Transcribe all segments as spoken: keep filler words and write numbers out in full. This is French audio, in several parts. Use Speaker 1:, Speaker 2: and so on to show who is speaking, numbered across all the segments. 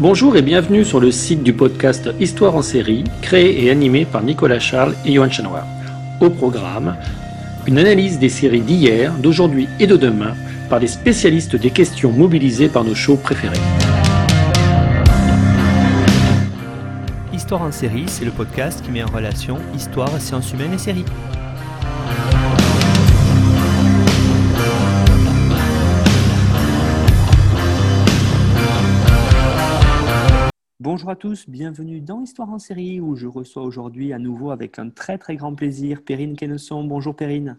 Speaker 1: Bonjour et bienvenue sur le site du podcast Histoire en série, créé et animé par Nicolas Charles et Johan Chanoir. Au programme, une analyse des séries d'hier, d'aujourd'hui et de demain par les spécialistes des questions mobilisées par nos shows préférés.
Speaker 2: Histoire en série, c'est le podcast qui met en relation histoire, sciences humaines et séries. Bonjour à tous, bienvenue dans Histoire en série où je reçois aujourd'hui à nouveau avec un très très grand plaisir Perrine Kenneson. Bonjour Perrine.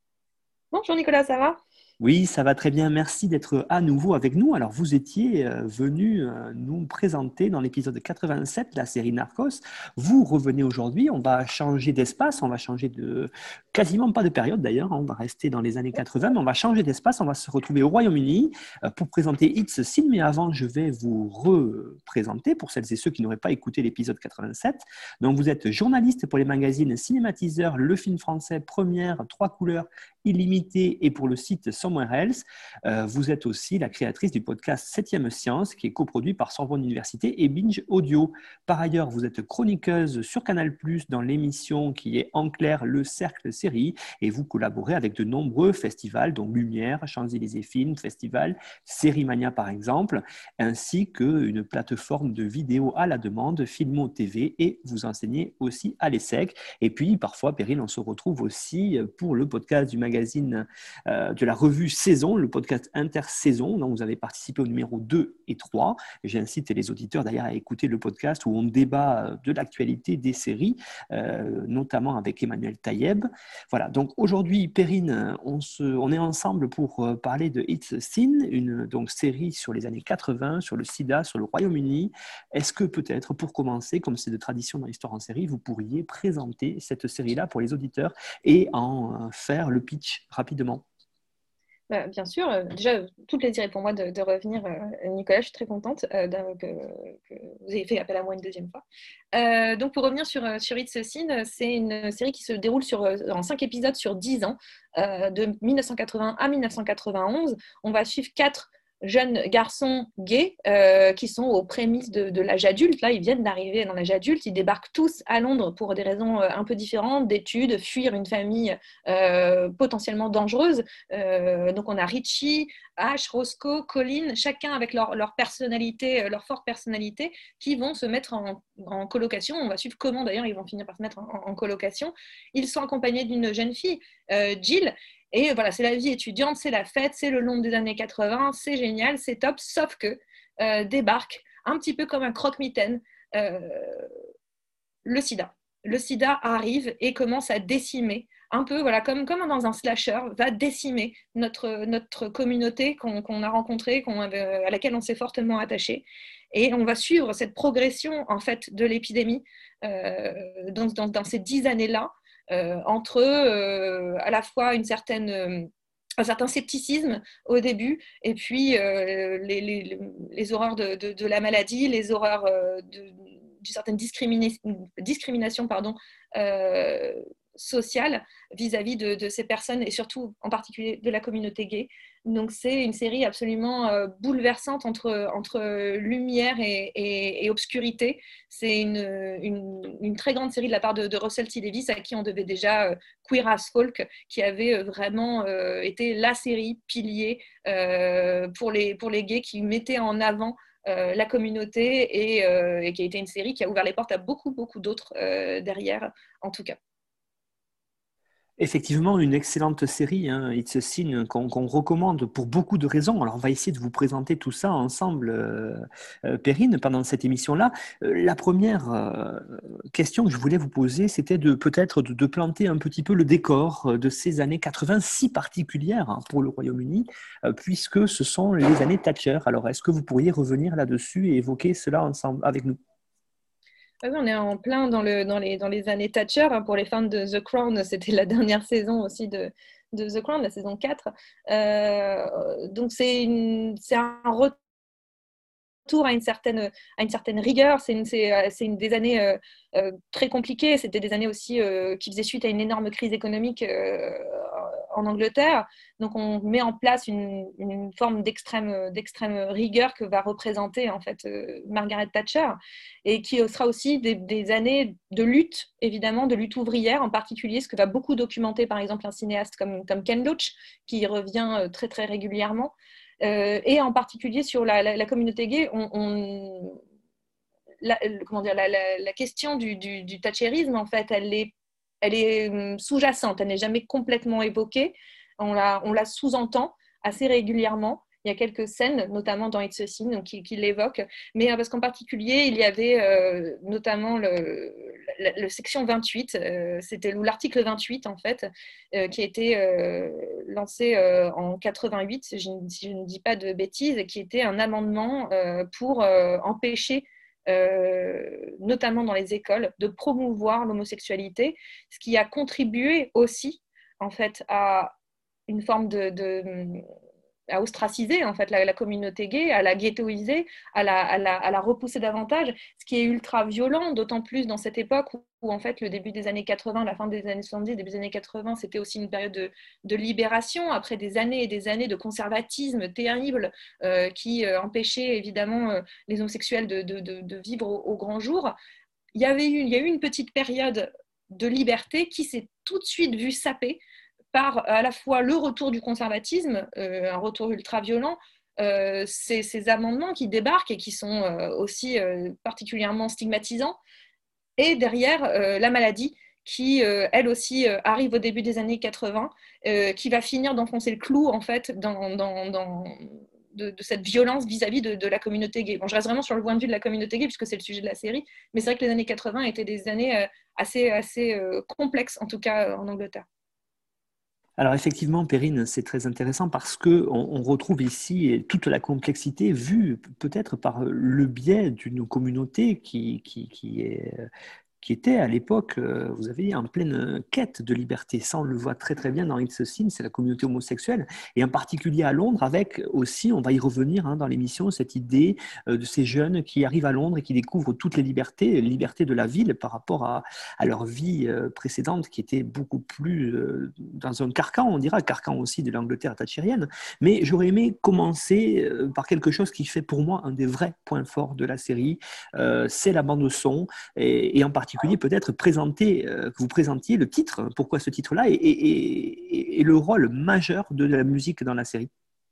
Speaker 3: Bonjour Nicolas, ça va ?
Speaker 2: Oui, ça va très bien. Merci d'être à nouveau avec nous. Alors, vous étiez euh, venu euh, nous présenter dans l'épisode quatre-vingt-sept de la série Narcos. Vous revenez aujourd'hui. On va changer d'espace. On va changer de quasiment pas de période d'ailleurs. On va rester dans les années quatre-vingts, mais on va changer d'espace. On va se retrouver au Royaume-Uni euh, pour présenter It's a Sin. Mais avant, je vais vous représenter pour celles et ceux qui n'auraient pas écouté l'épisode quatre-vingt-sept. Donc, vous êtes journaliste pour les magazines Cinématiseur, Le Film Français, Première, Trois Couleurs, Illimité et pour le site Somewhere Else. Euh, vous êtes aussi la créatrice du podcast septième Science qui est coproduit par Sorbonne Université et Binge Audio. Par ailleurs, vous êtes chroniqueuse sur Canal plus, dans l'émission qui est En clair, le Cercle Série, et vous collaborez avec de nombreux festivals, dont Lumière, Champs-Élysées Films, Festival, Sérimania par exemple, ainsi qu'une plateforme de vidéos à la demande, Filmo T V, et vous enseignez aussi à l'ESSEC. Et puis, parfois, Perrine, on se retrouve aussi pour le podcast du magazine magazine euh, de la revue Saison, le podcast Intersaison, dont vous avez participé au numéro deux et trois. J'incite les auditeurs d'ailleurs à écouter le podcast où on débat de l'actualité des séries, euh, notamment avec Emmanuel Taïeb. Voilà, donc aujourd'hui, Perrine, on, se, on est ensemble pour parler de It's a Sin, une donc, série sur les années quatre-vingts, sur le sida, sur le Royaume-Uni. Est-ce que peut-être, pour commencer, comme c'est de tradition dans l'histoire en série, vous pourriez présenter cette série-là pour les auditeurs et en faire le pitch rapidement?
Speaker 3: Bah, bien sûr, euh, déjà, tout plaisir est pour moi de, de revenir, euh, Nicolas, je suis très contente euh, que, que vous ayez fait appel à moi une deuxième fois. Euh, donc, pour revenir sur, sur It's a Sin, c'est une série qui se déroule sur, en cinq épisodes sur dix ans, euh, de mille neuf cent quatre-vingts à mille neuf cent quatre-vingt-onze. On va suivre quatre jeunes garçons gays euh, qui sont aux prémices de, de l'âge adulte. Là, ils viennent d'arriver dans l'âge adulte. Ils débarquent tous à Londres pour des raisons euh, un peu différentes, d'études, fuir une famille euh, potentiellement dangereuse. Euh, donc, on a Richie, Ash, Roscoe, Colin, chacun avec leur, leur personnalité, leur forte personnalité, qui vont se mettre en, en colocation. On va suivre comment, d'ailleurs, ils vont finir par se mettre en, en colocation. Ils sont accompagnés d'une jeune fille, euh, Jill. Et voilà, c'est la vie étudiante, c'est la fête, c'est le long des années quatre-vingts, c'est génial, c'est top, sauf que euh, débarque, un petit peu comme un croque-mitaine, euh, le sida. Le sida arrive et commence à décimer, un peu voilà, comme, comme dans un slasher, va décimer notre, notre communauté qu'on, qu'on a rencontrée, qu'on avait, à laquelle on s'est fortement attaché. Et on va suivre cette progression en fait, de l'épidémie euh, dans, dans, dans ces dix années-là, Euh, entre euh, à la fois une certaine, euh, un certain scepticisme au début, et puis euh, les, les, les horreurs de, de, de la maladie, les horreurs euh, de, d'une certaine discrimination, discrimination pardon, euh, sociale vis-à-vis de, de ces personnes, et surtout en particulier de la communauté gay. Donc c'est une série absolument euh, bouleversante entre, entre lumière et, et, et obscurité. C'est une, une, une très grande série de la part de, de Russell T Davies, à qui on devait déjà euh, Queer as Folk, qui avait euh, vraiment euh, été la série pilier euh, pour, les, pour les gays, qui mettait en avant euh, la communauté, et, euh, et qui a été une série qui a ouvert les portes à beaucoup, beaucoup d'autres euh, derrière, en tout cas.
Speaker 2: Effectivement, une excellente série, hein, It's a Sin, qu'on, qu'on recommande pour beaucoup de raisons. Alors, on va essayer de vous présenter tout ça ensemble, euh, euh, Perrine, pendant cette émission-là. Euh, la première euh, question que je voulais vous poser, c'était de peut-être de, de planter un petit peu le décor de ces années quatre-vingts, si particulières hein, pour le Royaume-Uni, euh, puisque ce sont les années Thatcher. Alors, est-ce que vous pourriez revenir là-dessus et évoquer cela ensemble avec nous?
Speaker 3: Ah oui, on est en plein dans, le, dans, les, dans les années Thatcher. Hein. Pour les fans de The Crown, c'était la dernière saison aussi de, de The Crown, la saison quatre. Euh, donc, c'est, une, c'est un retour à une certaine, à une certaine rigueur. C'est, une, c'est, c'est une, des années euh, euh, très compliquées. C'était des années aussi euh, qui faisaient suite à une énorme crise économique euh, en Angleterre. Donc, on met en place une, une forme d'extrême, d'extrême rigueur que va représenter en fait euh, Margaret Thatcher, et qui sera aussi des, des années de lutte, évidemment, de lutte ouvrière, en particulier, ce que va beaucoup documenter, par exemple, un cinéaste comme, comme Ken Loach, qui revient très, très régulièrement. Euh, et en particulier sur la, la, la communauté gay, on, on, la, comment dire, la, la, la question du, du, du thatchérisme, en fait, elle est, elle est sous-jacente, elle n'est jamais complètement évoquée, on la, on la sous-entend assez régulièrement. Il y a quelques scènes, notamment dans It's a Sin, qui, qui l'évoquent, mais parce qu'en particulier, il y avait euh, notamment le, la, la section vingt-huit, euh, c'était l'article vingt-huit, en fait, euh, qui a été euh, lancé euh, en quatre-vingt-huit, si je, si je ne dis pas de bêtises, qui était un amendement euh, pour euh, empêcher, euh, notamment dans les écoles, de promouvoir l'homosexualité, ce qui a contribué aussi, en fait, à une forme de... de à ostraciser en fait la, la communauté gay, à la ghettoiser, à la, à, la, à la repousser davantage, ce qui est ultra violent, d'autant plus dans cette époque où, où en fait le début des années quatre-vingts, la fin des années soixante-dix, début des années quatre-vingts, c'était aussi une période de, de libération après des années et des années de conservatisme terrible euh, qui euh, empêchait évidemment euh, les homosexuels de, de, de, de vivre au, au grand jour. Il y avait eu, il y a eu une petite période de liberté qui s'est tout de suite vue sapée par à la fois le retour du conservatisme, euh, un retour ultra-violent, euh, ces, ces amendements qui débarquent et qui sont euh, aussi euh, particulièrement stigmatisants, et derrière euh, la maladie qui, euh, elle aussi, euh, arrive au début des années quatre-vingts, euh, qui va finir d'enfoncer le clou, en fait, dans, dans, dans de, de cette violence vis-à-vis de, de la communauté gay. Bon, je reste vraiment sur le point de vue de la communauté gay, puisque c'est le sujet de la série, mais c'est vrai que les années quatre-vingts étaient des années euh, assez, assez euh, complexes, en tout cas en Angleterre.
Speaker 2: Alors effectivement, Perrine, c'est très intéressant parce qu'on on retrouve ici toute la complexité vue peut-être par le biais d'une communauté qui, qui, qui est qui était à l'époque, euh, vous avez en pleine quête de liberté. Ça, on le voit très très bien dans It's a Sin, c'est la communauté homosexuelle, et en particulier à Londres, avec aussi, on va y revenir hein, dans l'émission, cette idée euh, de ces jeunes qui arrivent à Londres et qui découvrent toutes les libertés, les libertés de la ville par rapport à, à leur vie euh, précédente, qui était beaucoup plus euh, dans un carcan, on dira, carcan aussi de l'Angleterre thatchérienne. Mais j'aurais aimé commencer euh, par quelque chose qui fait pour moi un des vrais points forts de la série, euh, c'est la bande son, et, et en particulier peut-être présenter, euh, que vous présentiez le titre, pourquoi ce titre-là, et, et, et, et le rôle majeur de la musique dans la série.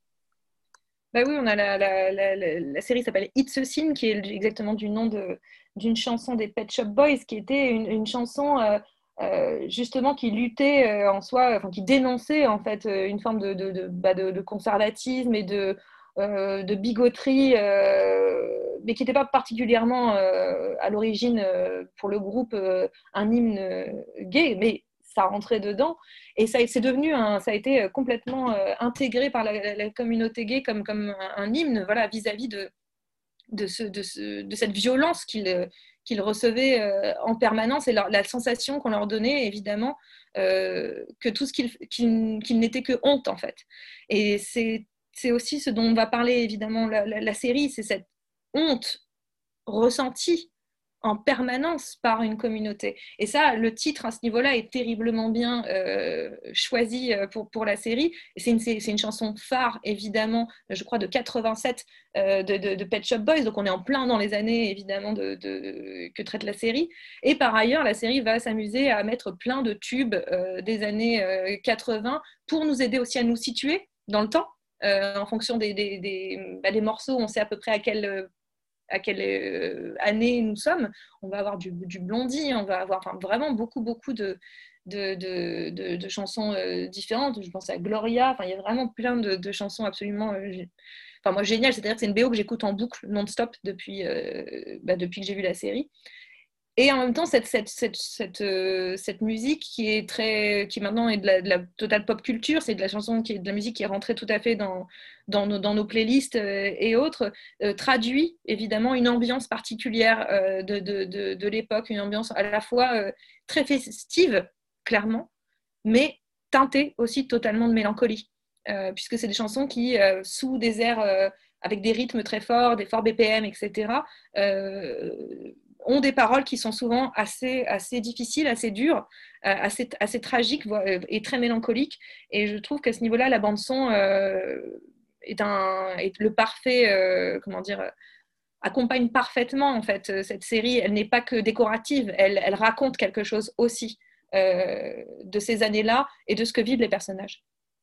Speaker 3: Bah oui, on a la, la, la, la, la série s'appelle It's a Sin, qui est exactement du nom de, d'une chanson des Pet Shop Boys, qui était une, une chanson euh, euh, justement qui luttait euh, en soi, enfin qui dénonçait en fait une forme de, de, de, bah, de, de conservatisme et de, euh, de bigoterie, euh, mais qui n'était pas particulièrement euh, à l'origine euh, pour le groupe euh, un hymne euh, gay, mais ça rentrait dedans. Et ça, c'est devenu un, ça a été complètement euh, intégré par la, la communauté gay comme, comme un, un hymne, voilà, vis-à-vis de, de, ce, de, ce, de cette violence qu'ils qu'ils recevaient euh, en permanence, et leur, la sensation qu'on leur donnait, évidemment, euh, que tout ce qu'ils qu'ils, qu'ils n'étaient que honte, en fait. Et c'est, c'est aussi ce dont on va parler, évidemment, la, la, la série, c'est cette honte ressentie en permanence par une communauté. Et ça, le titre à ce niveau-là est terriblement bien euh, choisi pour, pour la série. C'est une, c'est une chanson phare, évidemment, je crois, de quatre-vingt-sept euh, de, de, de Pet Shop Boys. Donc on est en plein dans les années, évidemment, de, de, que traite la série. Et par ailleurs, la série va s'amuser à mettre plein de tubes euh, des années euh, quatre-vingts pour nous aider aussi à nous situer dans le temps. Euh, en fonction des, des, des, bah, des morceaux, on sait à peu près à quel à quelle euh, année nous sommes. On va avoir du, du Blondie, on va avoir enfin, vraiment beaucoup, beaucoup de, de, de, de, de chansons euh, différentes. Je pense à Gloria, enfin, il y a vraiment plein de, de chansons absolument euh, enfin, moi, géniales. C'est-à-dire que c'est une B O que j'écoute en boucle non-stop depuis, euh, bah, depuis que j'ai vu la série. Et en même temps, cette, cette, cette, cette, euh, cette musique qui est très, qui maintenant est de la, de la totale pop culture, c'est de la chanson qui est de la musique qui est rentrée tout à fait dans, dans, nos, dans nos playlists euh, et autres, euh, traduit évidemment une ambiance particulière euh, de, de, de, de l'époque, une ambiance à la fois euh, très festive, clairement, mais teintée aussi totalement de mélancolie, euh, puisque c'est des chansons qui, euh, sous des airs euh, avec des rythmes très forts, des forts B P M, et cetera, euh, ont des paroles qui sont souvent assez, assez difficiles, assez dures, euh, assez, assez tragiques et très mélancoliques. Et je trouve qu'à ce niveau-là, la bande-son euh, est, un, est le parfait, euh, comment dire, accompagne parfaitement en fait cette série. Elle n'est pas que décorative, elle, elle raconte quelque chose aussi euh, de ces années-là et de ce que vivent les personnages.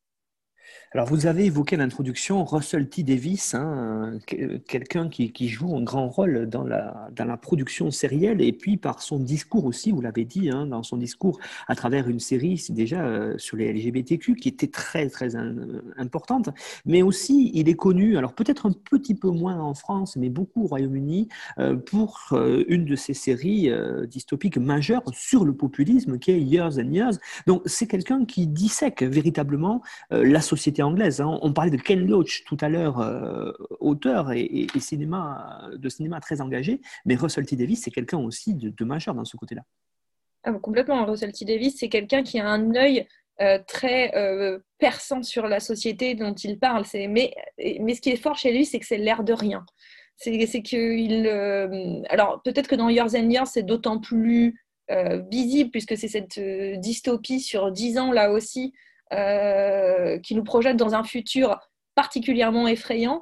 Speaker 2: Alors, vous avez évoqué l'introduction Russell T. Davies, hein, quelqu'un qui, qui joue un grand rôle dans la, dans la production sérielle et puis par son discours aussi, vous l'avez dit, hein, dans son discours à travers une série déjà euh, sur les L G B T Q qui était très, très un, importante, mais aussi il est connu, alors peut-être un petit peu moins en France, mais beaucoup au Royaume-Uni, euh, pour euh, une de ces séries euh, dystopiques majeures sur le populisme qui est Years and Years. Donc, c'est quelqu'un qui dissèque véritablement euh, la société anglaise. Hein. On parlait de Ken Loach tout à l'heure, euh, auteur et, et, et cinéma, de cinéma très engagé, mais Russell T. Davies, c'est quelqu'un aussi de, de majeur dans ce côté-là.
Speaker 3: Ah, complètement. Russell T. Davies, c'est quelqu'un qui a un œil euh, très euh, perçant sur la société dont il parle. C'est, mais, mais ce qui est fort chez lui, c'est que c'est l'air de rien. C'est, c'est que il, euh, alors peut-être que dans Years and Years, c'est d'autant plus euh, visible puisque c'est cette euh, dystopie sur dix ans là aussi euh, qui nous projette dans un futur particulièrement effrayant.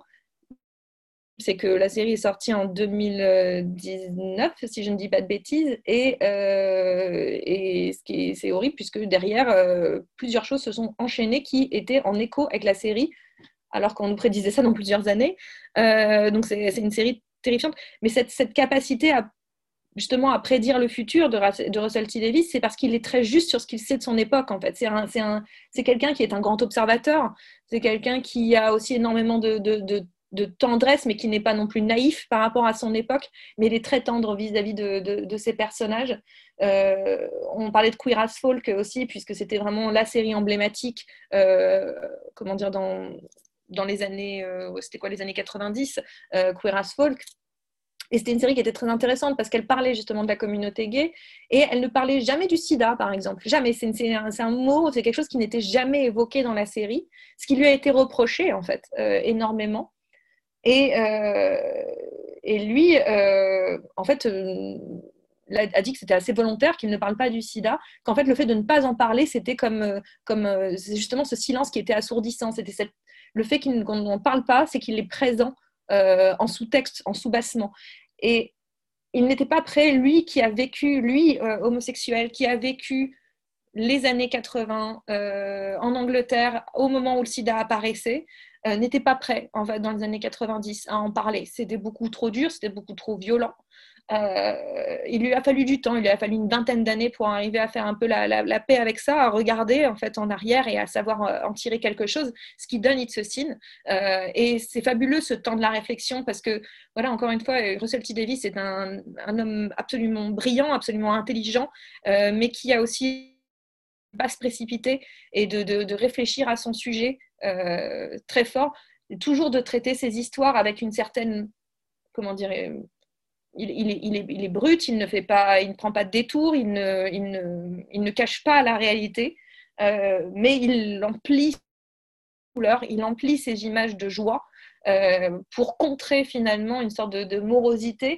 Speaker 3: C'est que la série est sortie en deux mille dix-neuf, si je ne dis pas de bêtises, et, euh, et ce qui est, c'est horrible puisque derrière, euh, plusieurs choses se sont enchaînées qui étaient en écho avec la série, alors qu'on nous prédisait ça dans plusieurs années. Euh, donc c'est, c'est une série terrifiante, mais cette, cette capacité à justement à prédire le futur de, de Russell T. Davies, c'est parce qu'il est très juste sur ce qu'il sait de son époque, en fait. C'est, un, c'est, un, c'est quelqu'un qui est un grand observateur, c'est quelqu'un qui a aussi énormément de, de, de de tendresse, mais qui n'est pas non plus naïf par rapport à son époque, mais il est très tendre vis-à-vis de, de, de ses personnages. Euh, on parlait de Queer as Folk aussi, puisque c'était vraiment la série emblématique, euh, comment dire, dans, dans les années, euh, c'était quoi, les années quatre-vingt-dix, euh, Queer as Folk. Et c'était une série qui était très intéressante parce qu'elle parlait justement de la communauté gay et elle ne parlait jamais du sida, par exemple. Jamais. C'est, une, c'est, un, c'est un mot, c'est quelque chose qui n'était jamais évoqué dans la série, ce qui lui a été reproché, en fait, euh, énormément. Et, euh, et lui, euh, en fait, euh, a dit que c'était assez volontaire, qu'il ne parle pas du sida, qu'en fait, le fait de ne pas en parler, c'était comme, comme c'est justement ce silence qui était assourdissant. C'était cette, le fait qu'il, qu'on n'en parle pas, c'est qu'il est présent euh, en sous-texte, en sous-bassement. Et il n'était pas prêt, lui qui a vécu, lui, euh, homosexuel, qui a vécu les années quatre-vingts euh, en Angleterre, au moment où le sida apparaissait, euh, n'était pas prêt en fait, dans les années quatre-vingt-dix à en parler. C'était beaucoup trop dur, c'était beaucoup trop violent. Euh, il lui a fallu du temps, il lui a fallu une vingtaine d'années pour arriver à faire un peu la, la, la paix avec ça, à regarder en fait en arrière et à savoir en tirer quelque chose, ce qui donne It's a Sin. Euh, et c'est fabuleux ce temps de la réflexion parce que, voilà, encore une fois, Russell T. Davies est un, un homme absolument brillant, absolument intelligent, euh, mais qui a aussi pas se précipiter et de, de, de réfléchir à son sujet euh, très fort, toujours de traiter ses histoires avec une certaine, comment dire, il, il, est, il, est, il est brut, il ne, fait pas, il ne prend pas de détour, il ne, il ne, il ne cache pas la réalité, euh, mais il emplit couleurs, il emplit ses images de joie euh, pour contrer finalement une sorte de, de morosité.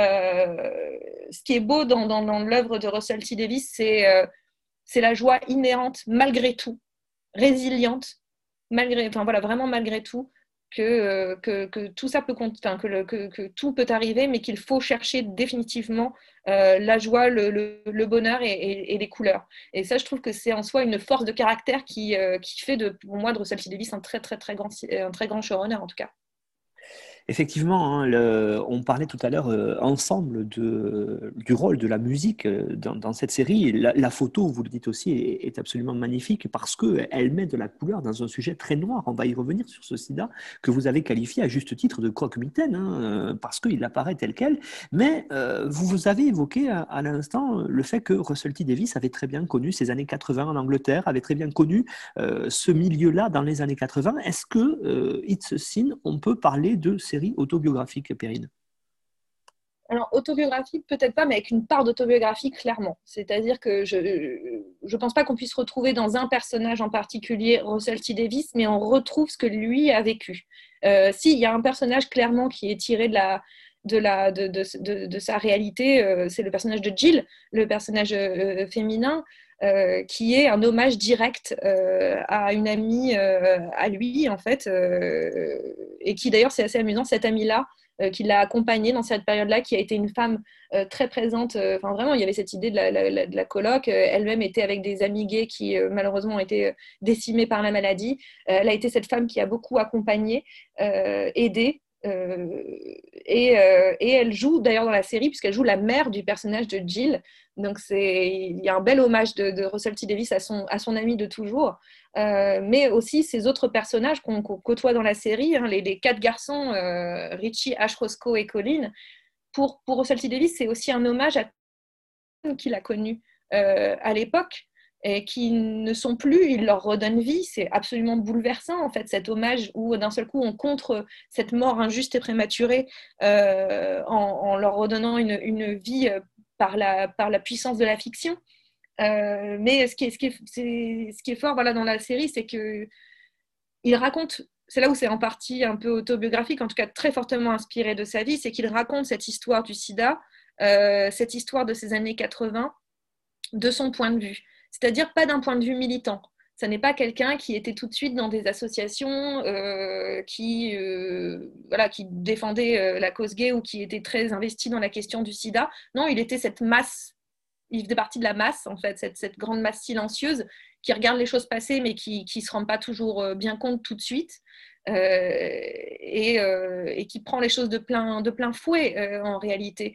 Speaker 3: Euh, ce qui est beau dans, dans, dans l'œuvre de Russell T. Davies, c'est euh, c'est la joie inhérente malgré tout, résiliente, malgré, enfin voilà, vraiment malgré tout, que, euh, que, que tout ça peut, enfin, que, le, que, que tout peut arriver, mais qu'il faut chercher définitivement euh, la joie, le, le, le bonheur et, et, et les couleurs. Et ça, je trouve que c'est en soi une force de caractère qui, euh, qui fait de, pour moi de Russell T. Davies un très très très grand, un très grand showrunner en tout cas.
Speaker 2: Effectivement, hein, le, on parlait tout à l'heure euh, ensemble de, du rôle de la musique euh, dans, dans cette série. La, la photo, vous le dites aussi, est, est absolument magnifique parce qu'elle met de la couleur dans un sujet très noir. On va y revenir sur ce sida que vous avez qualifié à juste titre de croque-mitaine, hein, euh, parce qu'il apparaît tel quel. Mais euh, vous, vous avez évoqué à, à l'instant le fait que Russell T. Davies avait très bien connu ces années quatre-vingts en Angleterre, avait très bien connu euh, ce milieu-là dans les années quatre-vingts. Est-ce que euh, It's a Sin, on peut parler de série autobiographique, Perrine?
Speaker 3: Alors, autobiographique, peut-être pas, mais avec une part d'autobiographie, clairement. C'est-à-dire que je ne pense pas qu'on puisse retrouver dans un personnage en particulier Russell T. Davies, mais on retrouve ce que lui a vécu. Euh, si, il y a un personnage clairement qui est tiré de la, de, la, de, de, de, de sa réalité. Euh, c'est le personnage de Jill, le personnage euh, féminin, euh, qui est un hommage direct euh, à une amie euh, à lui, en fait, euh, et qui d'ailleurs, c'est assez amusant, cette amie-là, euh, qui l'a accompagnée dans cette période-là, qui a été une femme euh, très présente. Enfin, euh, vraiment, il y avait cette idée de la, la, de la coloc. Euh, elle-même était avec des amis gays qui, euh, malheureusement, ont été décimés par la maladie. Euh, elle a été cette femme qui a beaucoup accompagné, euh, aidé. Euh, et, euh, et elle joue d'ailleurs dans la série, puisqu'elle joue la mère du personnage de Jill. Donc c'est, il y a un bel hommage de, de Russell T Davies à son, à son ami de toujours, euh, mais aussi ces autres personnages qu'on, qu'on côtoie dans la série, hein, les, les quatre garçons, euh, Richie, Ash, Roscoe et Colin. Pour, pour Russell T Davies, c'est aussi un hommage à tout qu'il a connu euh, à l'époque et qui ne sont plus, il leur redonne vie. C'est absolument bouleversant, en fait, cet hommage où d'un seul coup on contre cette mort injuste et prématurée euh, en, en leur redonnant une, une vie par la, par la puissance de la fiction. Euh, mais ce qui est, ce qui est, c'est, ce qui est fort, voilà, dans la série, c'est que il raconte, c'est là où c'est en partie un peu autobiographique, en tout cas très fortement inspiré de sa vie, c'est qu'il raconte cette histoire du sida, euh, cette histoire de ces années quatre-vingts, de son point de vue. C'est-à-dire pas d'un point de vue militant. Ça n'est pas quelqu'un qui était tout de suite dans des associations euh, qui, euh, voilà, qui défendaient euh, la cause gay ou qui était très investi dans la question du sida. Non, il était cette masse, il faisait partie de la masse, en fait, cette, cette grande masse silencieuse qui regarde les choses passer mais qui ne se rend pas toujours bien compte tout de suite. Euh, et, euh, et qui prend les choses de plein, de plein fouet euh, en réalité.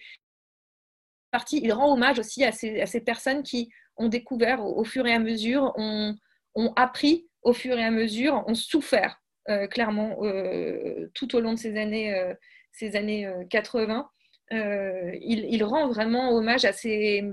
Speaker 3: Partie, il rend hommage aussi à ces, à ces personnes qui ont découvert au, au fur et à mesure, ont, ont appris au fur et à mesure, ont souffert euh, clairement euh, tout au long de ces années, euh, ces années euh, quatre-vingts. Euh, il, il rend vraiment hommage à ces,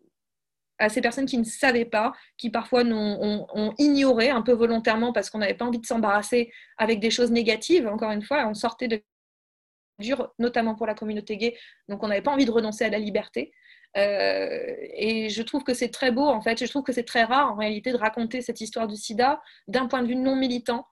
Speaker 3: à ces personnes qui ne savaient pas, qui parfois ont, ont, ont ignoré un peu volontairement parce qu'on n'avait pas envie de s'embarrasser avec des choses négatives. Encore une fois, on sortait de dur, notamment pour la communauté gay, donc on n'avait pas envie de renoncer à la liberté. Euh, et je trouve que c'est très beau, en fait, je trouve que c'est très rare en réalité de raconter cette histoire du sida d'un point de vue non militant,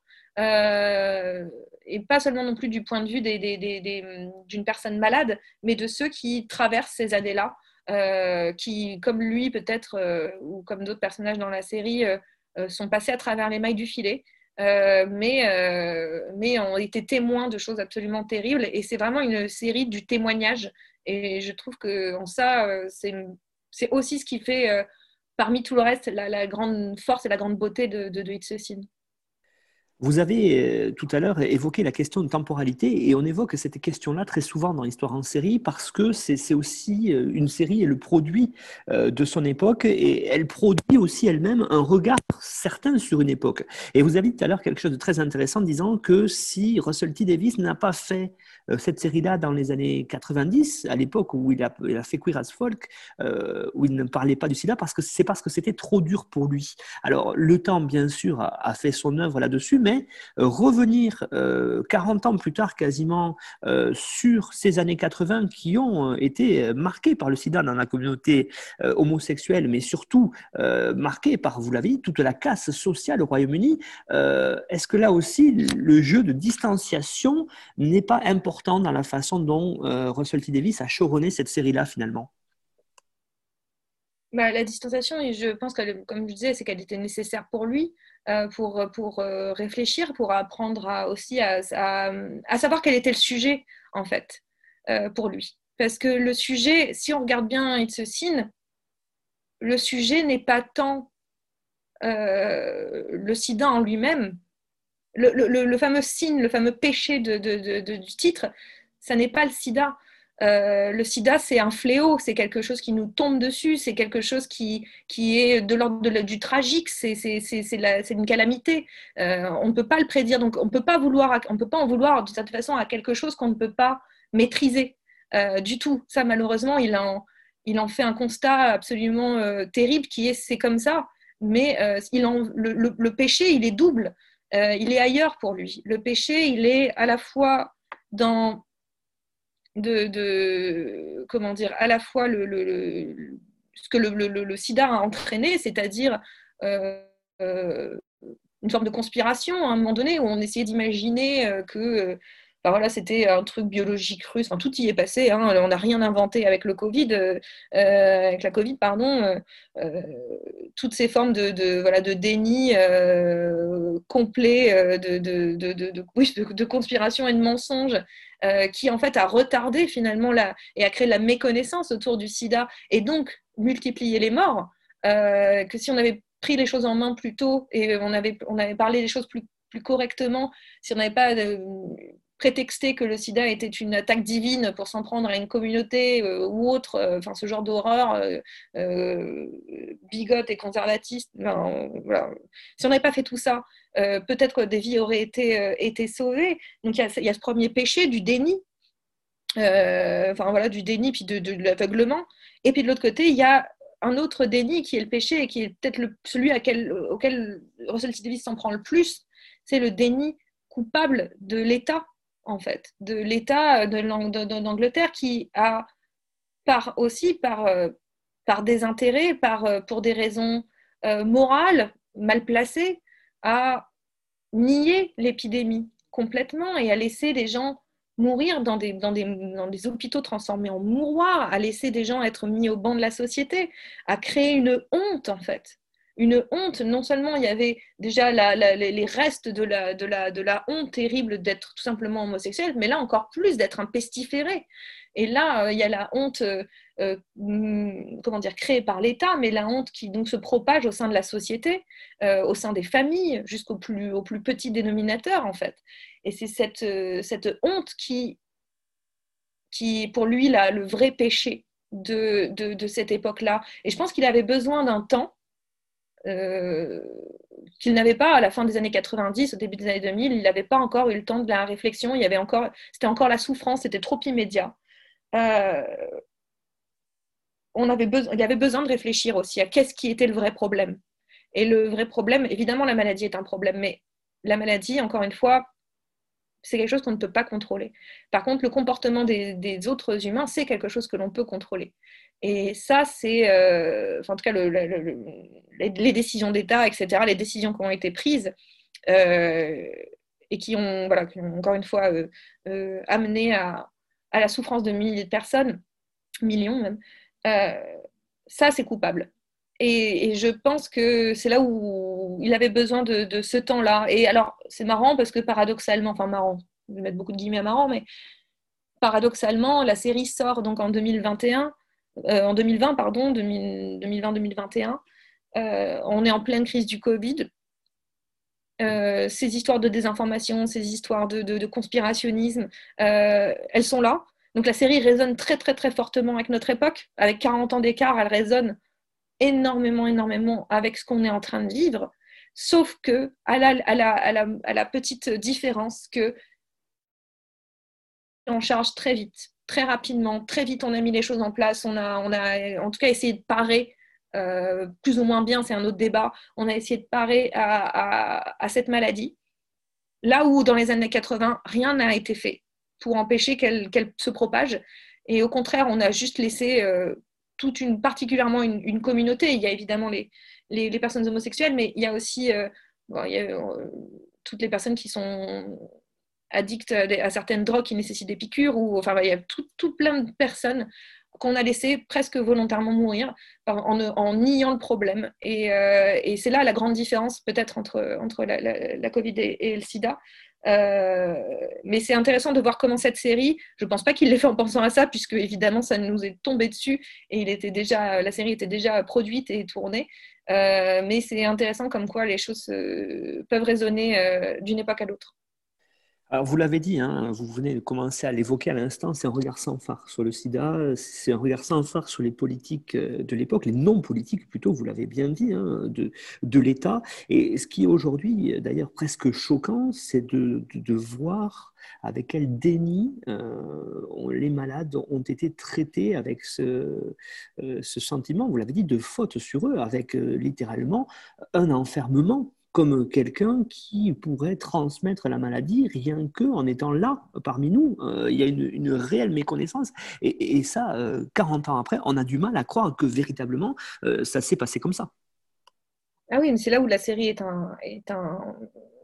Speaker 3: euh, et pas seulement non plus du point de vue des, des, des, des, d'une personne malade, mais de ceux qui traversent ces années-là, euh, qui, comme lui peut-être, euh, ou comme d'autres personnages dans la série, euh, sont passés à travers les mailles du filet. Euh, mais, euh, mais ont été témoins de choses absolument terribles. Et c'est vraiment une série du témoignage. Et je trouve que en ça, euh, c'est, c'est aussi ce qui fait, euh, parmi tout le reste, la, la grande force et la grande beauté de, de, de It's a Sin.
Speaker 2: Vous avez euh, tout à l'heure évoqué la question de temporalité et on évoque cette question-là très souvent dans l'histoire en série parce que c'est, c'est aussi euh, une série est le produit euh, de son époque et elle produit aussi elle-même un regard certain sur une époque. Et vous avez dit tout à l'heure quelque chose de très intéressant disant que si Russell T Davies n'a pas fait euh, cette série-là dans les années quatre-vingt-dix, à l'époque où il a, il a fait Queer as Folk, euh, où il ne parlait pas du sida, parce que c'est parce que c'était trop dur pour lui. Alors le temps, bien sûr, a, a fait son œuvre là-dessus, mais Euh, revenir euh, quarante ans plus tard quasiment euh, sur ces années quatre-vingts qui ont été marquées par le sida dans la communauté euh, homosexuelle, mais surtout euh, marquées par, vous l'avez dit, toute la casse sociale au Royaume-Uni. Euh, est-ce que là aussi, le jeu de distanciation n'est pas important dans la façon dont euh, Russell T Davies a choronné cette série-là finalement?
Speaker 3: Bah, la distanciation, et je pense que, comme je disais, c'est qu'elle était nécessaire pour lui, euh, pour, pour euh, réfléchir, pour apprendre à, aussi à, à, à savoir quel était le sujet, en fait, euh, pour lui. Parce que le sujet, si on regarde bien It's a Sin, le sujet n'est pas tant euh, le sida en lui-même. Le, le, le fameux sin, le fameux péché de, de, de, de, du titre, ça n'est pas le sida. Euh, le sida, c'est un fléau, c'est quelque chose qui nous tombe dessus, c'est quelque chose qui, qui est de l'ordre de, du tragique, c'est, c'est, c'est, c'est, la, c'est une calamité. Euh, on ne peut pas le prédire, donc on ne peut pas vouloir, on peut pas en vouloir de cette façon à quelque chose qu'on ne peut pas maîtriser euh, du tout. Ça, malheureusement, il en, il en fait un constat absolument euh, terrible qui est c'est comme ça, mais euh, il en, le, le, le péché, il est double. Euh, il est ailleurs pour lui. Le péché, il est à la fois dans de, de comment dire, à la fois le, le, le ce que le, le, le, sida a entraîné, c'est-à-dire euh, euh, une forme de conspiration à un moment donné où on essayait d'imaginer euh, que Enfin, voilà, c'était un truc biologique russe. Enfin, tout y est passé. Hein. On n'a rien inventé avec le Covid, euh, avec la Covid, pardon. Euh, euh, toutes ces formes de, de, voilà, de déni euh, complet, euh, de, de, de, de, de, oui, de, de conspiration et de mensonges, euh, qui en fait a retardé finalement la, et a créé de la méconnaissance autour du sida et donc multiplié les morts. Euh, que si on avait pris les choses en main plus tôt et on avait, on avait parlé des choses plus, plus correctement, si on n'avait pas euh, prétexté que le sida était une attaque divine pour s'en prendre à une communauté euh, ou autre, euh, enfin ce genre d'horreur euh, euh, bigote et conservatiste, ben, voilà. Si on n'avait pas fait tout ça, euh, peut-être que des vies auraient été, euh, été sauvées. Donc il y a, il y a ce premier péché du déni, euh, enfin voilà, du déni puis de, de, de l'aveuglement. Et puis de l'autre côté, il y a un autre déni qui est le péché et qui est peut-être le, celui à quel, auquel Russell T Davies s'en prend le plus, c'est le déni coupable de l'État, en fait, de l'État d'Angleterre qui a, par aussi par, euh, par désintérêt, par, euh, pour des raisons euh, morales mal placées, a nié l'épidémie complètement et a laissé des gens mourir dans des, dans, des, dans des hôpitaux transformés en mouroirs, à laisser des gens être mis au banc de la société, à créer une honte en fait. Une honte, non seulement il y avait déjà la, la, les restes de la, de, la, de la honte terrible d'être tout simplement homosexuel, mais là encore plus d'être un pestiféré. Et là, euh, il y a la honte, euh, euh, comment dire, créée par l'État, mais la honte qui donc se propage au sein de la société, euh, au sein des familles, jusqu'au plus, au plus petit dénominateur en fait. Et c'est cette, euh, cette honte qui, qui est pour lui là, le vrai péché de, de, de cette époque-là. Et je pense qu'il avait besoin d'un temps euh, qu'il n'avait pas à la fin des années quatre-vingt-dix, au début des années deux mille, il n'avait pas encore eu le temps de la réflexion, il y avait encore, c'était encore la souffrance, c'était trop immédiat. Euh, on avait besoin, il y avait besoin de réfléchir aussi à qu'est-ce qui était le vrai problème. Et le vrai problème, évidemment, la maladie est un problème, mais la maladie, encore une fois, c'est quelque chose qu'on ne peut pas contrôler. Par contre, le comportement des, des autres humains, c'est quelque chose que l'on peut contrôler. Et ça, c'est, euh, enfin, en tout cas, le, le, le, les, les décisions d'État, et cetera, les décisions qui ont été prises euh, et qui ont, voilà, qui ont encore une fois euh, euh, amené à, à la souffrance de milliers de personnes, millions même, euh, ça, c'est coupable. Et, et, je pense que c'est là où il avait besoin de, de ce temps-là. Et alors, c'est marrant parce que paradoxalement, enfin marrant, je vais mettre beaucoup de guillemets à marrant, mais paradoxalement, la série sort donc en deux mille vingt et un, euh, en deux mille vingt, pardon, deux mille vingt deux mille vingt et un. Euh, on est en pleine crise du Covid. Euh, ces histoires de désinformation, ces histoires de, de, de conspirationnisme, euh, elles sont là. Donc la série résonne très très très fortement avec notre époque. Avec quarante ans d'écart, elle résonne énormément, énormément avec ce qu'on est en train de vivre, sauf que à la, à la, à la, à la petite différence que on charge très vite, très rapidement, très vite on a mis les choses en place, on a, on a en tout cas essayé de parer, euh, plus ou moins bien, c'est un autre débat, on a essayé de parer à, à, à cette maladie, là où dans les années quatre-vingts, rien n'a été fait pour empêcher qu'elle, qu'elle se propage, et au contraire, on a juste laissé euh, toute une, particulièrement une, une communauté. Il y a évidemment les, les, les personnes homosexuelles, mais il y a aussi euh, bon, il y a, euh, toutes les personnes qui sont addictes à, des, à certaines drogues qui nécessitent des piqûres, ou enfin il y a tout, tout plein de personnes qu'on a laissé presque volontairement mourir en, en niant le problème. Et, euh, et c'est là la grande différence peut-être entre, entre la, la, la Covid et, et le sida. Euh, mais c'est intéressant de voir comment cette série, je ne pense pas qu'il l'ait fait en pensant à ça, puisque évidemment ça nous est tombé dessus et il était déjà, la série était déjà produite et tournée. Euh, mais c'est intéressant comme quoi les choses euh, peuvent résonner euh, d'une époque à l'autre.
Speaker 2: Alors, vous l'avez dit, hein, vous venez de commencer à l'évoquer à l'instant, c'est un regard sans phare sur le sida, c'est un regard sans phare sur les politiques de l'époque, les non-politiques plutôt, vous l'avez bien dit, hein, de, de l'État. Et ce qui est aujourd'hui d'ailleurs presque choquant, c'est de, de, de voir avec quel déni euh, les malades ont été traités avec ce, euh, ce sentiment, vous l'avez dit, de faute sur eux, avec euh, littéralement un enfermement comme quelqu'un qui pourrait transmettre la maladie rien qu'en étant là parmi nous. Euh, il y a une, une réelle méconnaissance. Et, et ça, euh, quarante ans après, on a du mal à croire que véritablement, euh, ça s'est passé comme ça.
Speaker 3: Ah oui, mais c'est là où la série est un, est un,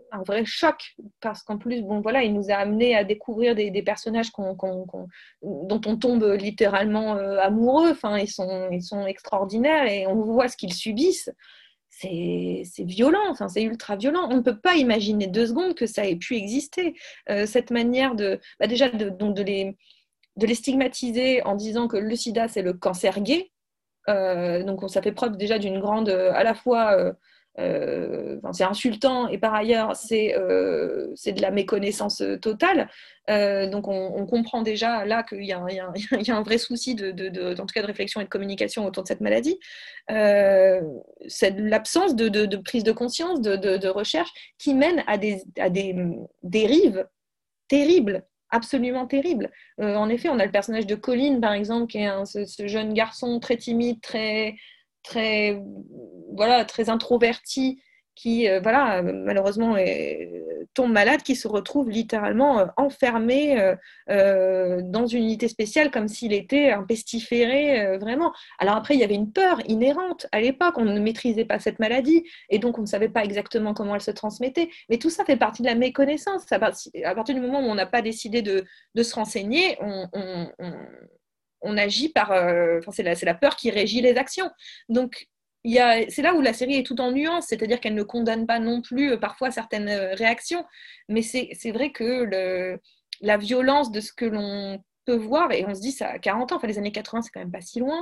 Speaker 3: un vrai choc, parce qu'en plus, bon, voilà, il nous a amené à découvrir des, des personnages qu'on, qu'on, qu'on, dont on tombe littéralement euh, amoureux. Enfin, ils sont, ils sont extraordinaires et on voit ce qu'ils subissent. C'est, c'est violent, enfin, c'est ultra violent. On ne peut pas imaginer deux secondes que ça ait pu exister. Euh, cette manière de, bah déjà de, donc de, les, de les stigmatiser en disant que le sida, c'est le cancer gay. Euh, donc ça fait preuve déjà d'une grande, à la fois, euh, euh, enfin, c'est insultant et par ailleurs c'est, euh, c'est de la méconnaissance totale. Euh, donc on, on comprend déjà là qu'il y a, il y a, il y a un vrai souci de, de, de, en tout cas de réflexion et de communication autour de cette maladie. Euh, c'est l'absence de, de, de prise de conscience, de, de, de recherche qui mène à des, à des dérives terribles, absolument terrible. Euh, en effet, on a le personnage de Colin, par exemple, qui est un, ce, ce jeune garçon très timide, très, très, voilà, très introverti, qui, euh, voilà, malheureusement, est, tombe malade, qui se retrouve littéralement euh, enfermé euh, euh, dans une unité spéciale comme s'il était un pestiféré, euh, vraiment. Alors après, il y avait une peur inhérente à l'époque, on ne maîtrisait pas cette maladie, et donc on ne savait pas exactement comment elle se transmettait. Mais tout ça fait partie de la méconnaissance. À partir du moment où on n'a pas décidé de, de se renseigner, on, on, on, on agit par... Euh, c'est la, c'est la peur qui régit les actions. Donc, il y a, c'est là où la série est tout en nuance, c'est-à-dire qu'elle ne condamne pas non plus euh, parfois certaines euh, réactions, mais c'est, c'est vrai que le, la violence de ce que l'on peut voir, et on se dit ça à quarante ans, enfin les années quatre-vingts, c'est quand même pas si loin,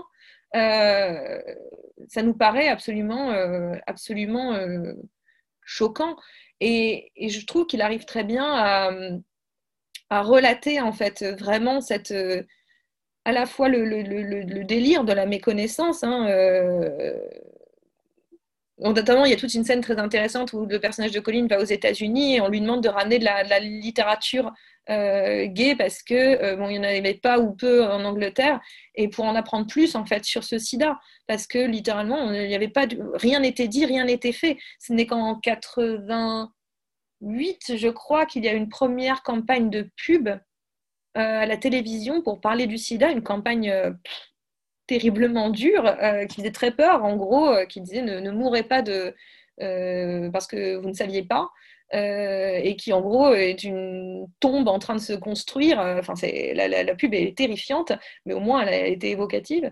Speaker 3: euh, ça nous paraît absolument, euh, absolument euh, choquant. Et, et, je trouve qu'il arrive très bien à, à relater en fait vraiment cette, euh, à la fois le, le, le, le délire de la méconnaissance. Hein, euh, Notamment, il y a toute une scène très intéressante où le personnage de Colin va aux États-Unis et on lui demande de ramener de la, de la littérature euh, gay parce que euh, bon, il n'y en avait pas ou peu en Angleterre, et pour en apprendre plus en fait sur ce sida, parce que littéralement, il n'y avait pas de, rien n'était dit, rien n'était fait. Ce n'est qu'en quatre-vingt-huit, je crois, qu'il y a une première campagne de pub euh, à la télévision pour parler du sida, une campagne euh, terriblement dure, euh, qui faisait très peur, en gros, euh, qui disait ne, ne mourrez pas de, euh, parce que vous ne saviez pas, euh, et qui en gros est une tombe en train de se construire. Enfin, c'est, la, la, la pub est terrifiante, mais au moins elle a été évocative.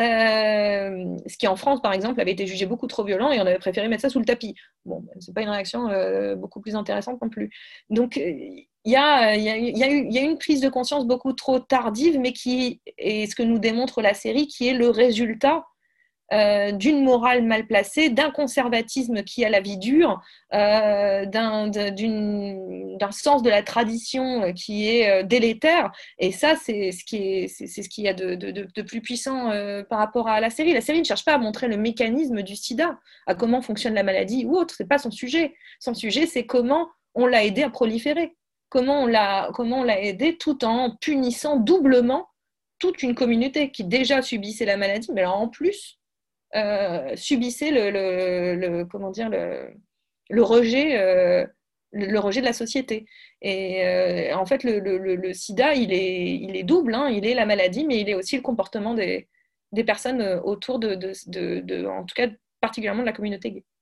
Speaker 3: Euh, ce qui en France, par exemple, avait été jugé beaucoup trop violent et on avait préféré mettre ça sous le tapis. Bon, c'est pas une réaction euh, beaucoup plus intéressante non plus. Donc, il y a, il y, a, il y, a eu, il y a une prise de conscience beaucoup trop tardive, mais qui est ce que nous démontre la série, qui est le résultat euh, d'une morale mal placée, d'un conservatisme qui a la vie dure, euh, d'un, d'une, d'un sens de la tradition qui est euh, délétère. Et ça, c'est ce qui est, c'est, c'est ce qu'il y a de, de, de plus puissant euh, par rapport à la série. La série ne cherche pas à montrer le mécanisme du sida, à comment fonctionne la maladie ou autre. C'est pas son sujet. Son sujet, c'est comment on l'a aidé à proliférer. Comment on l'a, comment on l'a aidé tout en punissant doublement toute une communauté qui déjà subissait la maladie, mais alors en plus euh, subissait le, le, le, comment dire, le, le rejet, euh, le, le rejet de la société. Et euh, en fait, le, le, le sida, il est, il est double, hein, il est la maladie, mais il est aussi le comportement des, des personnes autour de, de, de, de, en tout cas particulièrement de la communauté gay.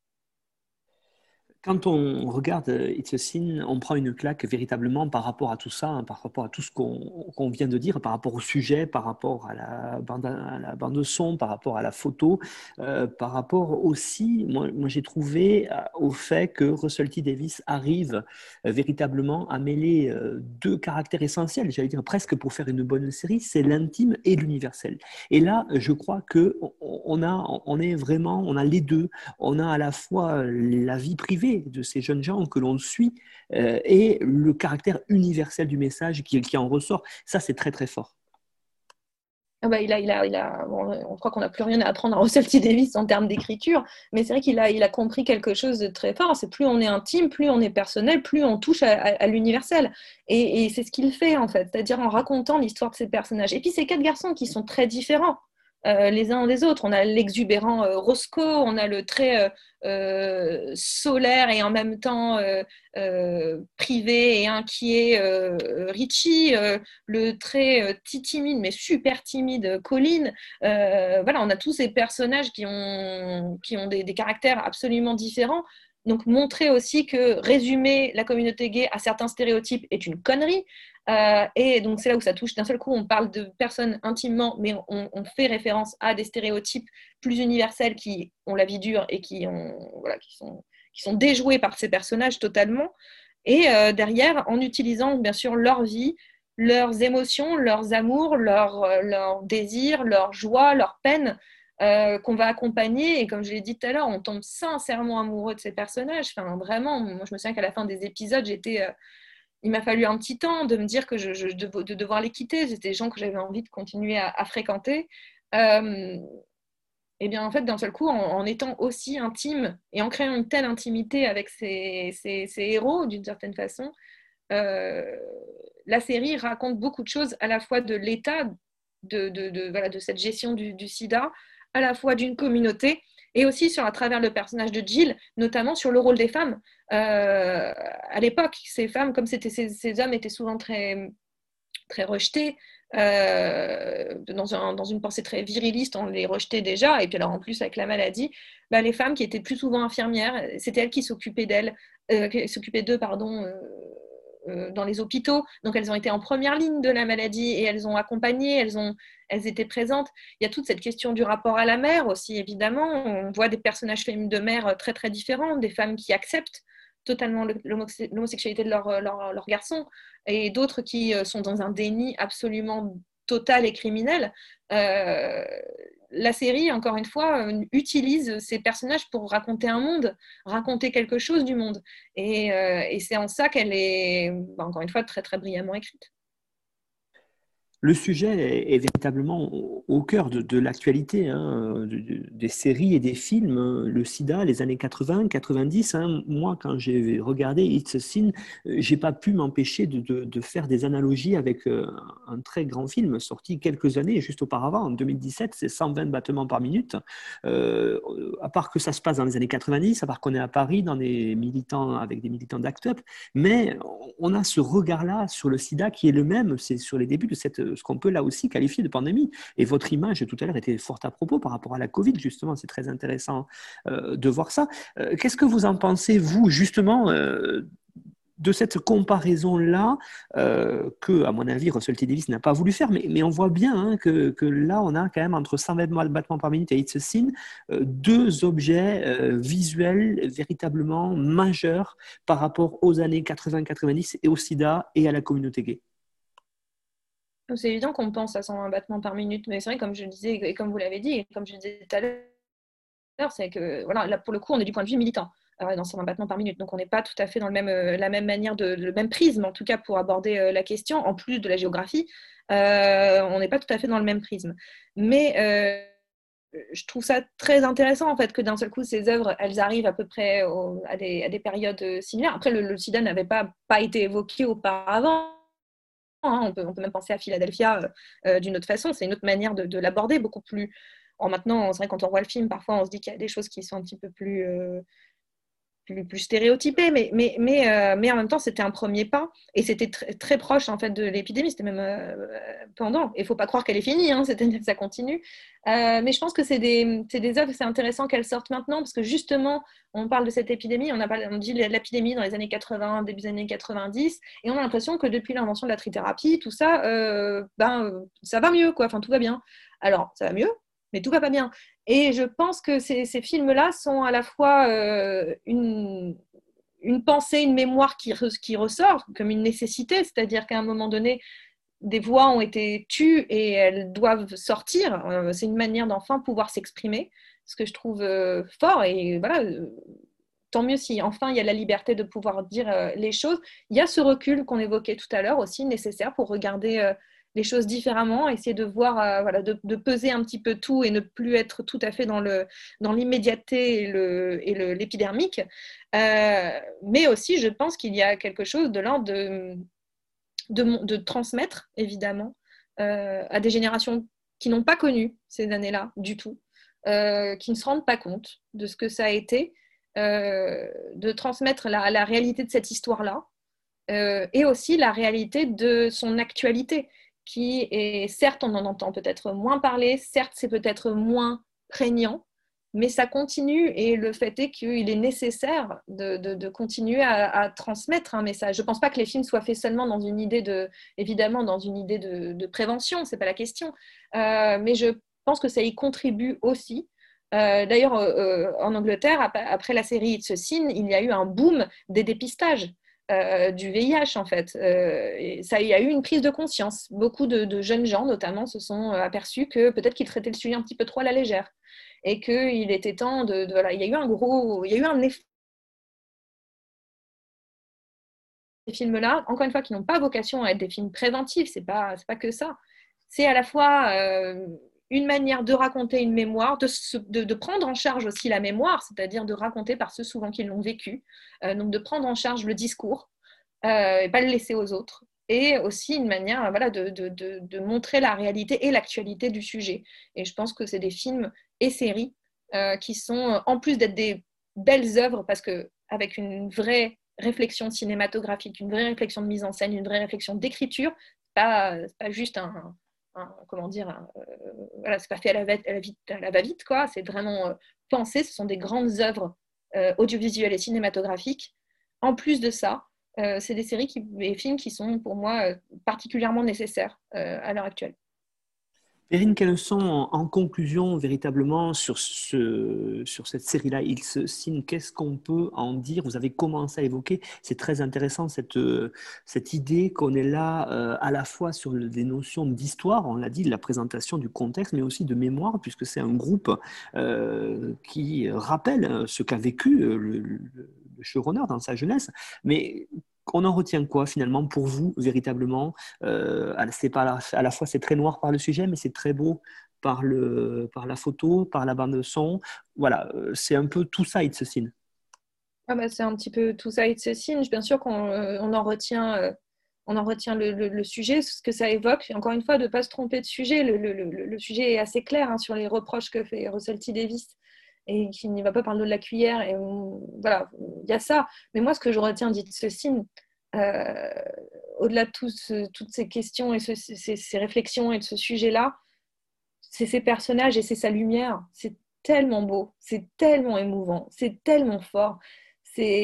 Speaker 2: Quand on regarde It's a Sin, on prend une claque véritablement par rapport à tout ça, hein, par rapport à tout ce qu'on qu'on vient de dire, par rapport au sujet, par rapport à la bande, à la bande de son, par rapport à la photo, euh, par rapport aussi, moi, moi j'ai trouvé euh, au fait que Russell T Davies arrive euh, véritablement à mêler euh, deux caractères essentiels, j'allais dire presque pour faire une bonne série, c'est l'intime et l'universel. Et là, je crois que on a, on est vraiment, on a les deux. On a à la fois la vie privée de ces jeunes gens que l'on suit euh, et le caractère universel du message qui, qui en ressort. Ça, c'est très, très fort.
Speaker 3: Ah bah, il a, il a, il a, bon, on croit qu'on n'a plus rien à apprendre à Russell T Davies en termes d'écriture, mais c'est vrai qu'il a, il a compris quelque chose de très fort. C'est plus on est intime, plus on est personnel, plus on touche à, à, à l'universel. Et, et c'est ce qu'il fait, en fait, c'est-à-dire en racontant l'histoire de ces personnages. Et puis ces quatre garçons qui sont très différents. Euh, les uns des autres. On a l'exubérant euh, Roscoe, on a le très euh, euh, solaire et en même temps euh, euh, privé et inquiet euh, Richie, euh, le très euh, timide mais super timide Colin. Euh, voilà, on a tous ces personnages qui ont, qui ont des, des caractères absolument différents, Donc montrer aussi que résumer la communauté gay à certains stéréotypes est une connerie. Euh, et donc c'est là où ça touche. D'un seul coup, on parle de personnes intimement, mais on, on fait référence à des stéréotypes plus universels qui ont la vie dure et qui, ont, voilà, qui, sont, qui sont déjoués par ces personnages totalement. Et euh, derrière, en utilisant bien sûr leur vie, leurs émotions, leurs amours, leurs, leurs désirs, leurs joies, leurs peines, euh, qu'on va accompagner. Et comme je l'ai dit tout à l'heure, on tombe sincèrement amoureux de ces personnages. Enfin, vraiment, moi je me souviens qu'à la fin des épisodes, j'étais, euh, il m'a fallu un petit temps de me dire que je, je de, de devoir les quitter. C'était des gens que j'avais envie de continuer à, à fréquenter. Euh, et bien en fait, d'un seul coup, en, en, étant aussi intime et en créant une telle intimité avec ces, ces, ces héros, d'une certaine façon, euh, la série raconte beaucoup de choses, à la fois de l'état de, de, de, voilà, de cette gestion du, du sida, à la fois d'une communauté, et aussi sur, à travers le personnage de Jill, notamment sur le rôle des femmes. Euh, à l'époque, ces femmes, comme c'était, ces, ces hommes étaient souvent très, très rejetés, euh, dans, un, dans une pensée très viriliste, on les rejetait déjà, et puis alors en plus avec la maladie, bah, les femmes qui étaient plus souvent infirmières, c'était elles qui s'occupaient d'elles, euh, qui s'occupaient d'eux, pardon, euh, euh, dans les hôpitaux. Donc elles ont été en première ligne de la maladie et elles ont accompagné, elles, ont, elles étaient présentes. Il y a toute cette question du rapport à la mère aussi, évidemment. On voit des personnages féminins de mère très très différents, des femmes qui acceptent totalement l'homosexualité de leur, leur, leur garçon, et d'autres qui sont dans un déni absolument total et criminel. Euh, la série, encore une fois, utilise ces personnages pour raconter un monde, raconter quelque chose du monde. Et, euh, et c'est en ça qu'elle est, bah, encore une fois, très, très brillamment écrite.
Speaker 2: Le sujet est, est véritablement au, au cœur de, de l'actualité, hein, de, de, des séries et des films. Le sida, les années quatre-vingts, quatre-vingt-dix. Hein, moi, quand j'ai regardé It's a Sin, j'ai pas pu m'empêcher de, de, de faire des analogies avec euh, un très grand film sorti quelques années juste auparavant, en deux mille dix-sept, c'est cent vingt battements par minute. Euh, à part que ça se passe dans les années quatre-vingt-dix, à part qu'on est à Paris, dans des militants, avec des militants d'Act Up, mais on a ce regard-là sur le sida qui est le même, c'est sur les débuts de cette ce qu'on peut là aussi qualifier de pandémie. Et votre image tout à l'heure était forte à propos par rapport à la Covid, justement, c'est très intéressant euh, de voir ça. Euh, qu'est-ce que vous en pensez, vous, justement, euh, de cette comparaison-là, euh, que, à mon avis, Russell T. Davies n'a pas voulu faire, mais, mais on voit bien hein, que, que là, on a quand même entre cent vingt battements par minute et It's a Sin, euh, deux objets euh, visuels véritablement majeurs par rapport aux années quatre-vingts quatre-vingt-dix et au sida et à la communauté gay.
Speaker 3: C'est évident qu'on pense à cent vingt battements par minute, mais c'est vrai, comme je le disais, et comme vous l'avez dit, et comme je le disais tout à l'heure, c'est que, voilà, là, pour le coup, on est du point de vue militant, euh, dans cent vingt battements par minute. Donc, on n'est pas tout à fait dans le même, euh, la même manière, de, le même prisme, en tout cas, pour aborder euh, la question, en plus de la géographie. Euh, on n'est pas tout à fait dans le même prisme. Mais euh, je trouve ça très intéressant, en fait, que d'un seul coup, ces œuvres, elles arrivent à peu près au, à, des, à des périodes similaires. Après, le, le sida n'avait pas, pas été évoqué auparavant. Hein, on, peut, on peut même penser à Philadelphia euh, d'une autre façon, c'est une autre manière de, de l'aborder, beaucoup plus. En maintenant, c'est vrai, quand on voit le film, parfois on se dit qu'il y a des choses qui sont un petit peu plus, euh, plus, plus stéréotypées, mais, mais, mais, euh, mais en même temps, c'était un premier pas, et c'était tr- très proche en fait, de l'épidémie, c'était même euh, pendant. Il ne faut pas croire qu'elle est finie, hein, c'est-à-dire que ça continue. Euh, mais je pense que c'est des, c'est des œuvres, c'est intéressant qu'elles sortent maintenant, parce que justement, on parle de cette épidémie, on, a parlé, on dit l'épidémie dans les années quatre-vingts, début des années quatre-vingt-dix, et on a l'impression que depuis l'invention de la trithérapie, tout ça, euh, ben, ça va mieux, quoi. Enfin, tout va bien. Alors, ça va mieux, mais tout va pas bien. Et je pense que ces, ces films-là sont à la fois euh, une, une pensée, une mémoire qui, re, qui ressort comme une nécessité, c'est-à-dire qu'à un moment donné, des voix ont été tues et elles doivent sortir. Euh, c'est une manière d'enfin pouvoir s'exprimer, ce que je trouve euh, fort. Et voilà, euh, tant mieux si enfin il y a la liberté de pouvoir dire euh, les choses. Il y a ce recul qu'on évoquait tout à l'heure aussi nécessaire pour regarder euh, les choses différemment, essayer de voir, euh, voilà, de, de peser un petit peu tout et ne plus être tout à fait dans, le, dans l'immédiateté et, le, et le, l'épidermique. Euh, mais aussi, je pense qu'il y a quelque chose de l'ordre de, de, de transmettre, évidemment, euh, à des générations qui n'ont pas connu ces années-là du tout, euh, qui ne se rendent pas compte de ce que ça a été, euh, de transmettre la, la réalité de cette histoire-là, euh, et aussi la réalité de son actualité, qui est, certes, on en entend peut-être moins parler, certes, c'est peut-être moins prégnant, mais ça continue et le fait est qu'il est nécessaire de, de, de continuer à, à transmettre un message. Je ne pense pas que les films soient faits seulement dans une idée de, évidemment, dans une idée de, de prévention, ce n'est pas la question, euh, mais je pense que ça y contribue aussi. Euh, d'ailleurs, euh, en Angleterre, après la série It's a Sin, il y a eu un boom des dépistages. Euh, du V I H en fait. Euh, et ça, il y a eu une prise de conscience. Beaucoup de, de jeunes gens, notamment, se sont aperçus que peut-être qu'ils traitaient le sujet un petit peu trop à la légère et qu'il était temps de, de voilà, il y a eu un gros, il y a eu un effet. Ces films-là, encore une fois, qui n'ont pas vocation à être des films préventifs, c'est pas, c'est pas que ça. C'est à la fois euh, une manière de raconter une mémoire, de, de, de prendre en charge aussi la mémoire, c'est-à-dire de raconter par ceux souvent qui l'ont vécu, euh, donc de prendre en charge le discours euh, et pas le laisser aux autres. Et aussi une manière voilà, de, de, de, de montrer la réalité et l'actualité du sujet. Et je pense que c'est des films et séries euh, qui sont, en plus d'être des belles œuvres, parce qu'avec une vraie réflexion cinématographique, une vraie réflexion de mise en scène, une vraie réflexion d'écriture, c'est pas, c'est pas juste un, un comment dire, un, euh, voilà, c'est pas fait à la, va, à la, vite, à la va-vite, quoi. C'est vraiment euh, pensé. Ce sont des grandes œuvres euh, audiovisuelles et cinématographiques. En plus de ça, euh, c'est des séries, qui, des films qui sont pour moi euh, particulièrement nécessaires euh, à l'heure actuelle.
Speaker 2: Perrine, quelles sont en, en conclusion véritablement sur, ce, sur cette série-là, It's a Sin, qu'est-ce qu'on peut en dire? Vous avez commencé à évoquer, c'est très intéressant cette, cette idée qu'on est là euh, à la fois sur le, des notions d'histoire, on l'a dit, de la présentation du contexte, mais aussi de mémoire, puisque c'est un groupe euh, qui rappelle ce qu'a vécu le, le, le showrunner dans sa jeunesse. Mais on en retient quoi finalement pour vous véritablement? euh, c'est pas la, à la fois c'est très noir par le sujet, mais c'est très beau par, le, par la photo, par la bande de son. Voilà, euh, c'est un peu tout ça, It's a Sin.
Speaker 3: Ah bah, c'est un petit peu tout ça, It's a Sin. Bien sûr qu'on euh, on en retient, euh, on en retient le, le, le sujet, ce que ça évoque. Et encore une fois, de ne pas se tromper de sujet. Le, le, le, le sujet est assez clair hein, sur les reproches que fait Russell T Davies et qui n'y va pas par le dos de la cuillère. Et on, voilà, il y a ça. Mais moi, ce que je retiens d'It's a Sin, euh, au-delà de tout ce, toutes ces questions et ce, ces, ces réflexions et de ce sujet-là, c'est ces personnages et c'est sa lumière. C'est tellement beau, c'est tellement émouvant, c'est tellement fort. C'est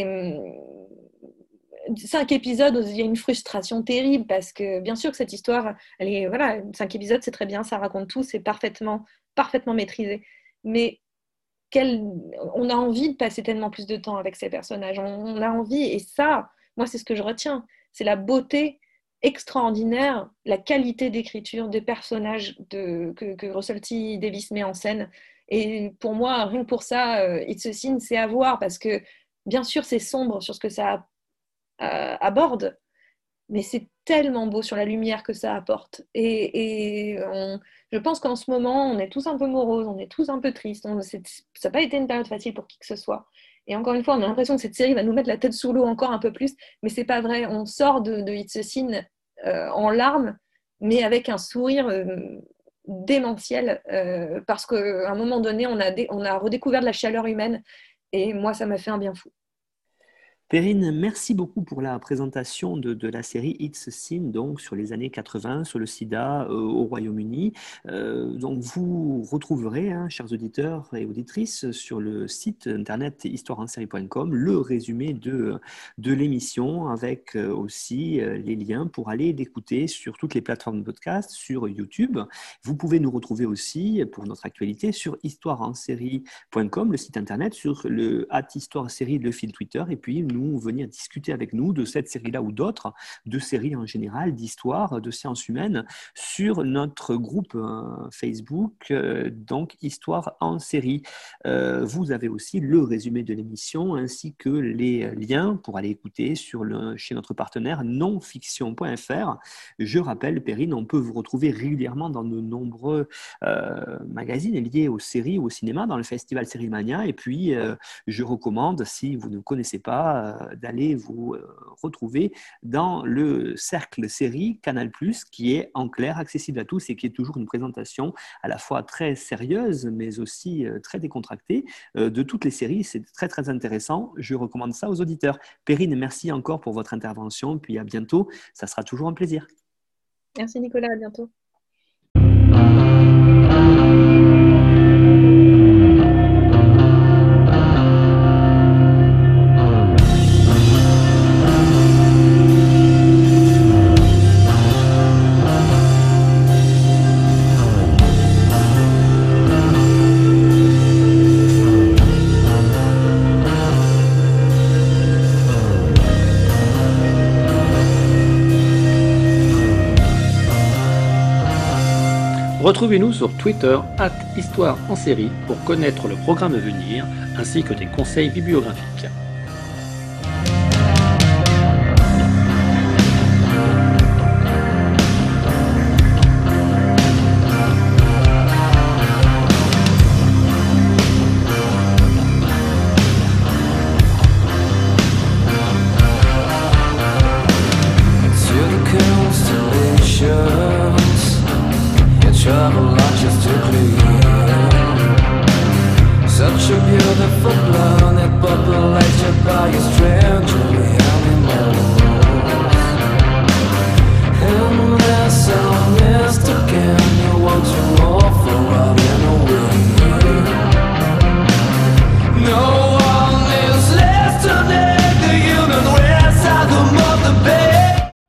Speaker 3: cinq épisodes où il y a une frustration terrible parce que bien sûr que cette histoire, elle est, voilà, cinq épisodes, c'est très bien, ça raconte tout, c'est parfaitement, parfaitement maîtrisé. Mais quel, on a envie de passer tellement plus de temps avec ces personnages. On, on a envie, et ça, moi, c'est ce que je retiens. C'est la beauté extraordinaire, la qualité d'écriture des personnages de, que, que Russell T Davies met en scène. Et pour moi, rien que pour ça, euh, It's a Sin, c'est à voir parce que bien sûr, c'est sombre sur ce que ça euh, aborde, mais c'est tellement beau sur la lumière que ça apporte. Et, et on, je pense qu'en ce moment, on est tous un peu moroses, on est tous un peu tristes. On, ça n'a pas été une période facile pour qui que ce soit. Et encore une fois, on a l'impression que cette série va nous mettre la tête sous l'eau encore un peu plus, mais c'est pas vrai. On sort de, de It's a Sin euh, en larmes, mais avec un sourire euh, démentiel, euh, parce qu'à un moment donné, on a, dé, on a redécouvert de la chaleur humaine, et moi, ça m'a fait un bien fou.
Speaker 2: Perrine, merci beaucoup pour la présentation de, de la série It's a Sin, donc sur les années quatre-vingts, sur le sida euh, au Royaume-Uni. Euh, donc vous retrouverez, hein, chers auditeurs et auditrices, sur le site internet histoire en série point com le résumé de, de l'émission avec euh, aussi euh, les liens pour aller l'écouter sur toutes les plateformes de podcast, sur YouTube. Vous pouvez nous retrouver aussi pour notre actualité sur histoire en série point com, le site internet, sur le at histoire série, le fil Twitter, et puis nous venir discuter avec nous de cette série-là ou d'autres, de séries en général, d'histoire, de sciences humaines, sur notre groupe euh, Facebook, euh, donc Histoire en série. Euh, vous avez aussi le résumé de l'émission ainsi que les liens pour aller écouter sur le, chez notre partenaire nonfiction point f r. Je rappelle, Perrine, on peut vous retrouver régulièrement dans de nombreux euh, magazines liés aux séries ou au cinéma, dans le festival Sérimania, et puis euh, je recommande, si vous ne connaissez pas, d'aller vous retrouver dans le cercle série Canal plus, qui est en clair accessible à tous et qui est toujours une présentation à la fois très sérieuse mais aussi très décontractée de toutes les séries. C'est très très intéressant, je recommande ça aux auditeurs. Perrine, merci encore pour votre intervention, puis à bientôt, ça sera toujours un plaisir.
Speaker 3: Merci Nicolas, à bientôt.
Speaker 1: Retrouvez-nous sur Twitter arobase histoire en série pour connaître le programme à venir ainsi que des conseils bibliographiques.